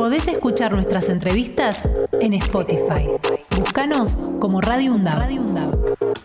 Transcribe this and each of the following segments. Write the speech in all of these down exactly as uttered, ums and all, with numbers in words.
Podés escuchar nuestras entrevistas en Spotify. Búscanos como Radio UNDAB. Radio UNDAB.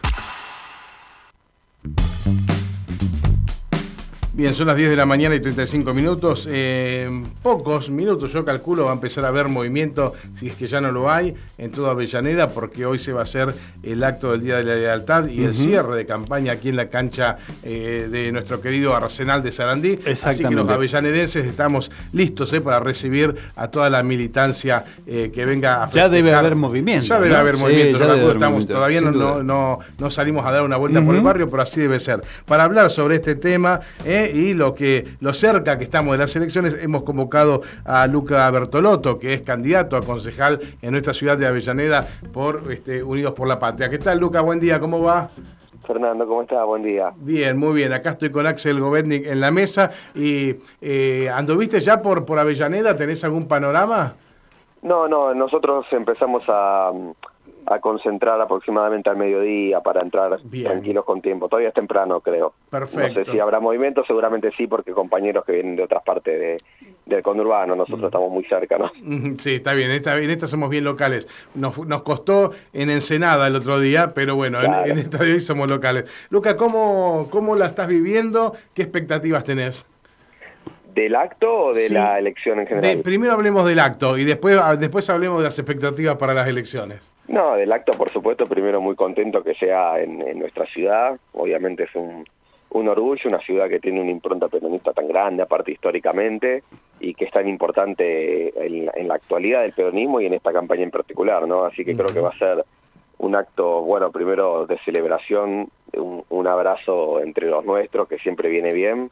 Bien, son las diez de la mañana y treinta y cinco minutos. Eh, en pocos minutos, yo calculo, va a empezar a haber movimiento, si es que ya no lo hay, en toda Avellaneda, porque hoy se va a hacer el acto del Día de la Lealtad y uh-huh. el cierre de campaña aquí en la cancha eh, de nuestro querido Arsenal de Sarandí. Así que los avellanedenses estamos listos eh, para recibir a toda la militancia eh, que venga a festejar. Ya debe haber movimiento. Ya debe ¿no? haber sí, movimiento. Ya debe haber estamos, movimiento. Todavía no, no, no, no salimos a dar una vuelta uh-huh. por el barrio, pero así debe ser. Para hablar sobre este tema eh, y lo que lo cerca que estamos de las elecciones, hemos convocado a Luca Bertolotto, que es candidato a concejal en nuestra ciudad de Avellaneda por este, Unidos por la Patria. ¿Qué tal, Luca? Buen día, ¿cómo va? Fernando, ¿cómo estás? Buen día. Bien, muy bien. Acá estoy con Axel Govetnik en la mesa. Y eh, ¿anduviste ya por, por Avellaneda? ¿Tenés algún panorama? No, no, nosotros empezamos a... a concentrar aproximadamente al mediodía para entrar Bien. tranquilos con tiempo. Todavía es temprano, creo. Perfecto. No sé si habrá movimiento, seguramente sí, porque compañeros que vienen de otras partes de, del conurbano, nosotros mm. estamos muy cerca, ¿no? Sí, está bien, esta, en esta somos bien locales. Nos, nos costó en Ensenada el otro día, pero bueno, claro. en, en esta de hoy somos locales. Luca, ¿cómo, cómo la estás viviendo? ¿Qué expectativas tenés? ¿Del acto o de sí. la elección en general? De, primero hablemos del acto y después, después hablemos de las expectativas para las elecciones. No, del acto, por supuesto, primero muy contento que sea en, en nuestra ciudad. Obviamente es un, un orgullo, una ciudad que tiene una impronta peronista tan grande, aparte históricamente, y que es tan importante en, en la actualidad del peronismo y en esta campaña en particular, ¿no? Así que uh-huh. creo que va a ser un acto, bueno, primero de celebración, un, un abrazo entre los nuestros, que siempre viene bien,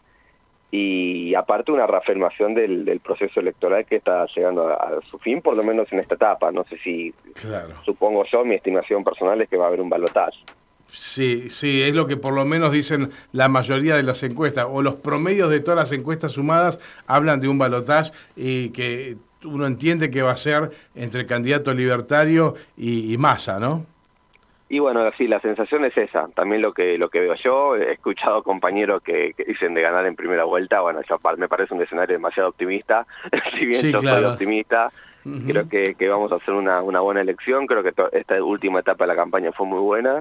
y aparte una reafirmación del, del proceso electoral que está llegando a, a su fin, por lo menos en esta etapa. No sé si, claro. supongo yo, mi estimación personal es que va a haber un balotaje. Sí, sí, es lo que por lo menos dicen la mayoría de las encuestas, o los promedios de todas las encuestas sumadas hablan de un balotaje y que uno entiende que va a ser entre el candidato libertario y, y Massa, ¿no? Y bueno, sí, la sensación es esa, también lo que lo que veo yo, he escuchado compañeros que, que dicen de ganar en primera vuelta, bueno, yo, me parece un escenario demasiado optimista, si bien sí, yo claro. soy optimista, uh-huh. creo que, que vamos a hacer una, una buena elección, creo que to, esta última etapa de la campaña fue muy buena,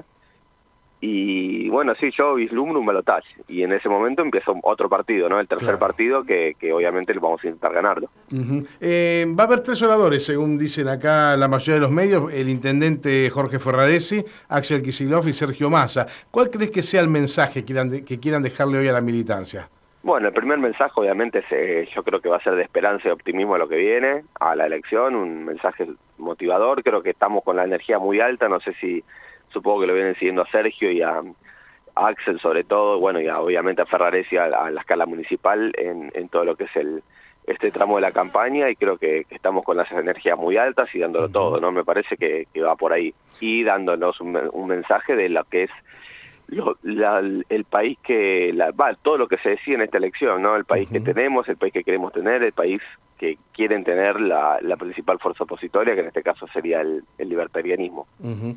y bueno, sí, yo vislumbro un balotaje, y en ese momento empieza otro partido, ¿no? El tercer claro. partido que, que obviamente vamos a intentar ganarlo. Uh-huh. Eh, va a haber tres oradores, según dicen acá la mayoría de los medios, el intendente Jorge Ferraresi, Axel Kicillof y Sergio Massa. ¿Cuál crees que sea el mensaje que quieran, de, que quieran dejarle hoy a la militancia? Bueno, el primer mensaje obviamente es, eh, yo creo que va a ser de esperanza y optimismo a lo que viene, a la elección, un mensaje motivador, creo que estamos con la energía muy alta, no sé si... Supongo que lo vienen siguiendo a Sergio y a, a Axel sobre todo, bueno, y a, obviamente a Ferraresi a, a la escala municipal en, en todo lo que es el este tramo de la campaña, y creo que, que estamos con las energías muy altas y dándolo uh-huh. todo, ¿no? Me parece que, que va por ahí. Y dándonos un, un mensaje de lo que es lo, la, el país que, la, va, todo lo que se decide en esta elección, ¿no? El país uh-huh. que tenemos, el país que queremos tener, el país que quieren tener la, la principal fuerza opositoria, que en este caso sería el, el libertarianismo. Uh-huh.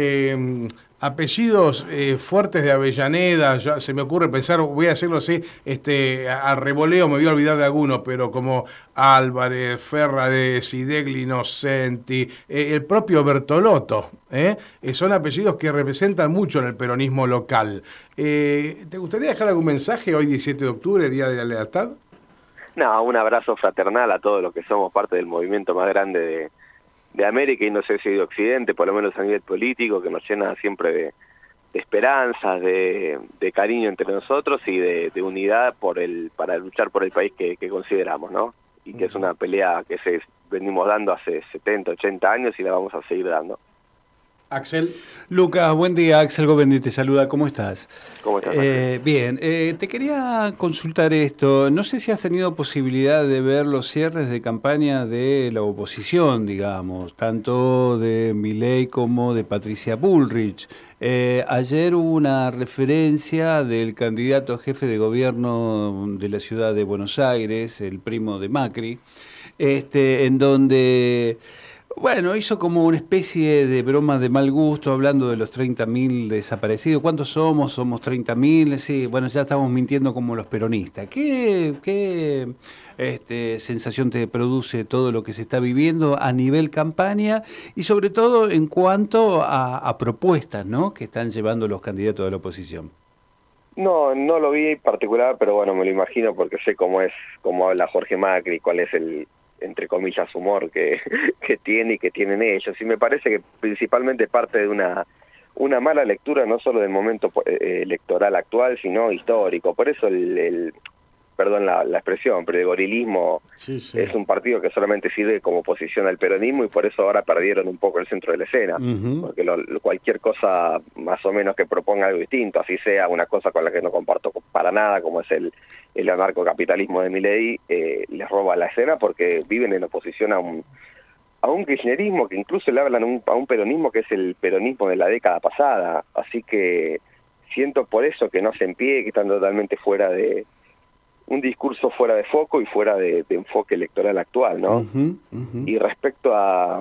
eh, apellidos eh, fuertes de Avellaneda, ya se me ocurre pensar, voy a hacerlo así, este, al revoleo, me voy a olvidar de algunos, pero como Álvarez, Ferraresi, Degli Innocenti, eh, el propio Bertolotto, ¿eh? Eh, son apellidos que representan mucho en el peronismo local. Eh, ¿Te gustaría dejar algún mensaje hoy diecisiete de octubre, Día de la Lealtad? No, un abrazo fraternal a todos los que somos parte del movimiento más grande de, de América y no sé si de Occidente, por lo menos a nivel político, que nos llena siempre de, de esperanzas, de, de cariño entre nosotros y de, de unidad por el para luchar por el país que, que consideramos, ¿no? Y que es una pelea que se venimos dando hace setenta, ochenta años y la vamos a seguir dando. Axel. Lucas, buen día. Axel Govetnik te saluda. ¿Cómo estás? ¿Cómo estás? Eh, bien. Eh, te quería consultar esto. No sé si has tenido posibilidad de ver los cierres de campaña de la oposición, digamos, tanto de Milei como de Patricia Bullrich. Eh, ayer hubo una referencia del candidato a jefe de gobierno de la ciudad de Buenos Aires, el primo de Macri, este, en donde Bueno, hizo como una especie de broma de mal gusto hablando de los treinta mil desaparecidos. ¿Cuántos somos? Somos treinta mil. Sí, bueno, ya estamos mintiendo como los peronistas. ¿Qué, qué este, sensación te produce todo lo que se está viviendo a nivel campaña y sobre todo en cuanto a, a propuestas, ¿no?, que están llevando los candidatos de la oposición? No, no lo vi en particular, pero bueno, me lo imagino porque sé cómo es, cómo habla Jorge Macri, cuál es el, entre comillas, humor que, que tiene y que tienen ellos. Y me parece que principalmente parte de una, una mala lectura no solo del momento eh, electoral actual, sino histórico. Por eso el, el perdón la, la expresión, pero el gorilismo sí, sí. es un partido que solamente sirve como oposición al peronismo y por eso ahora perdieron un poco el centro de la escena. Uh-huh. Porque lo, cualquier cosa más o menos que proponga algo distinto, así sea una cosa con la que no comparto para nada, como es el, el anarcocapitalismo de Milei, eh, les roba la escena porque viven en oposición a un a un kirchnerismo que incluso le hablan a un, a un peronismo que es el peronismo de la década pasada. Así que siento por eso que no se en pie, que están totalmente fuera de un discurso fuera de foco y fuera de, de enfoque electoral actual, ¿no? Uh-huh, uh-huh. Y respecto a,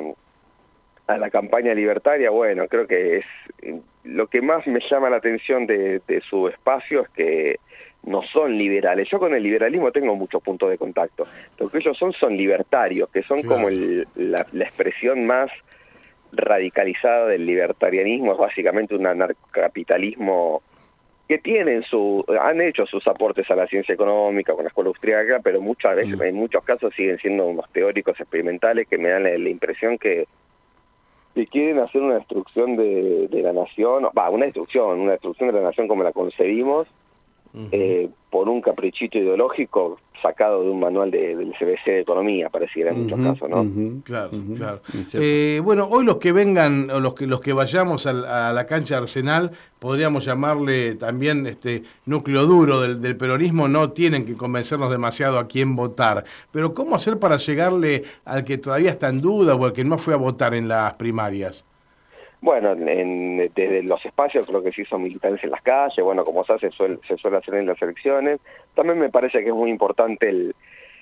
a la campaña libertaria, bueno, creo que es lo que más me llama la atención de, de su espacio es que no son liberales. Yo con el liberalismo tengo muchos puntos de contacto. Lo que ellos son son libertarios, que son claro. como el, la, la expresión más radicalizada del libertarianismo, es básicamente un anarcocapitalismo que tienen su, han hecho sus aportes a la ciencia económica con la escuela austríaca, pero muchas veces, mm. en muchos casos siguen siendo unos teóricos experimentales que me dan la, la impresión que, que quieren hacer una destrucción de, de la nación, va, una destrucción, una destrucción de la nación como la concebimos, uh-huh. eh, por un caprichito ideológico sacado de un manual de, del C B C de Economía, pareciera en uh-huh, muchos casos, ¿no? Uh-huh, claro, uh-huh. claro. Eh, bueno, hoy los que vengan, o los que los que vayamos al, a la cancha de Arsenal, podríamos llamarle también este núcleo duro del, del peronismo, no tienen que convencernos demasiado a quién votar. Pero ¿cómo hacer para llegarle al que todavía está en duda o al que no fue a votar en las primarias? Bueno, en, desde los espacios creo que se hizo militancia en las calles, bueno, como se hace, suele, se suele hacer en las elecciones. También me parece que es muy importante el,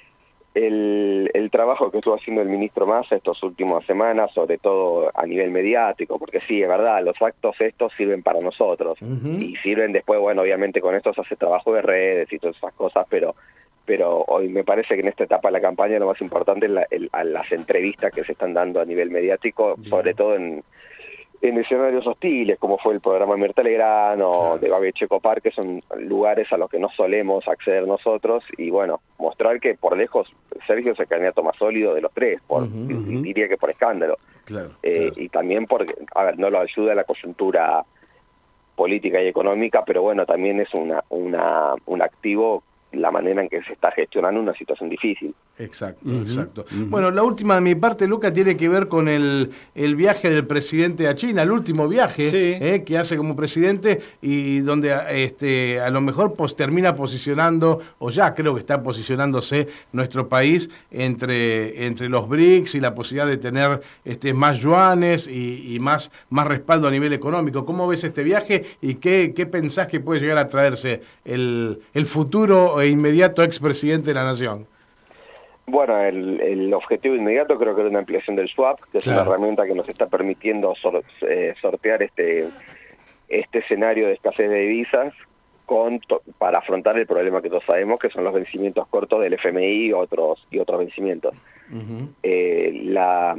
el, el trabajo que estuvo haciendo el ministro Massa estas últimas semanas, sobre todo a nivel mediático, porque sí, es verdad, los actos estos sirven para nosotros, uh-huh. y sirven después, bueno, obviamente con esto se hace trabajo de redes y todas esas cosas, pero pero hoy me parece que en esta etapa de la campaña lo más importante es la, el, a las entrevistas que se están dando a nivel mediático, bien. Sobre todo en en escenarios hostiles, como fue el programa Mirta Legrand o claro. de Babi Checopar, que son lugares a los que no solemos acceder nosotros, y bueno, mostrar que por lejos Sergio es el candidato más sólido de los tres, por, uh-huh, uh-huh. diría que por escándalo. Claro, eh, claro. Y también porque, a ver, no lo ayuda la coyuntura política y económica, pero bueno, también es una, una un activo la manera en que se está gestionando una situación difícil. Exacto, uh-huh, exacto. Uh-huh. Bueno, la última de mi parte, Luca, tiene que ver con el, el viaje del presidente a China, el último viaje sí. eh, que hace como presidente y donde este, a lo mejor pues, termina posicionando, o ya creo que está posicionándose nuestro país entre, entre los B R I C S y la posibilidad de tener este, más yuanes y, y más, más respaldo a nivel económico. ¿Cómo ves este viaje y qué, qué pensás que puede llegar a traerse el, el futuro e inmediato expresidente de la Nación? Bueno, el, el objetivo inmediato creo que es una ampliación del swap, que es claro. una herramienta que nos está permitiendo sor, eh, sortear este este escenario de escasez de divisas con to, para afrontar el problema que todos sabemos, que son los vencimientos cortos del F M I y otros y otros vencimientos. Uh-huh. Eh, la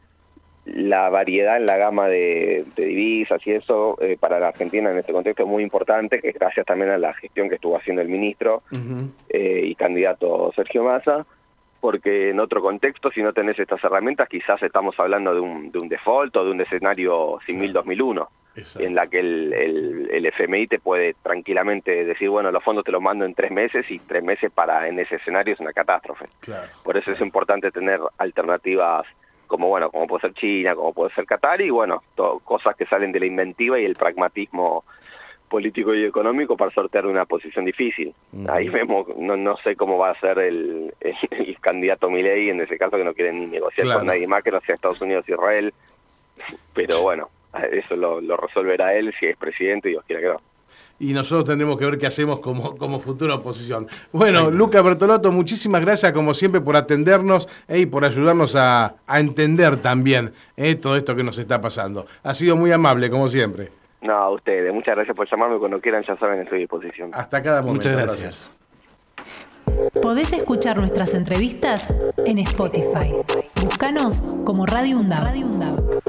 la variedad en la gama de, de divisas y eso eh, para la Argentina en este contexto es muy importante, que es gracias también a la gestión que estuvo haciendo el ministro uh-huh. eh, y candidato Sergio Massa, porque en otro contexto, si no tenés estas herramientas, quizás estamos hablando de un, de un default o de un escenario cinco mil dos mil uno, exacto. en la que el, el, el F M I te puede tranquilamente decir, bueno, los fondos te los mando en tres meses y tres meses para en ese escenario es una catástrofe. Claro, Por eso claro. es importante tener alternativas como bueno, como puede ser China, como puede ser Qatar, y bueno, to, cosas que salen de la inventiva y el pragmatismo político y económico para sortear una posición difícil. Uh-huh. Ahí vemos, no, no sé cómo va a ser el, el, el candidato Milei en ese caso, que no quiere ni negociar claro. con nadie más que no sea Estados Unidos y Israel, pero bueno, eso lo, lo resolverá él si es presidente y Dios quiera que no. y nosotros tendremos que ver qué hacemos como, como futura oposición. Bueno, Luca Bertolotto, muchísimas gracias como siempre por atendernos eh, y por ayudarnos a, a entender también eh, todo esto que nos está pasando. Ha sido muy amable, como siempre. No, a ustedes. Muchas gracias por llamarme. Cuando quieran, ya saben, estoy a disposición. Hasta cada momento. Muchas gracias. gracias. Podés escuchar nuestras entrevistas en Spotify. Búscanos como Radio UNDAB. Radio UNDAB.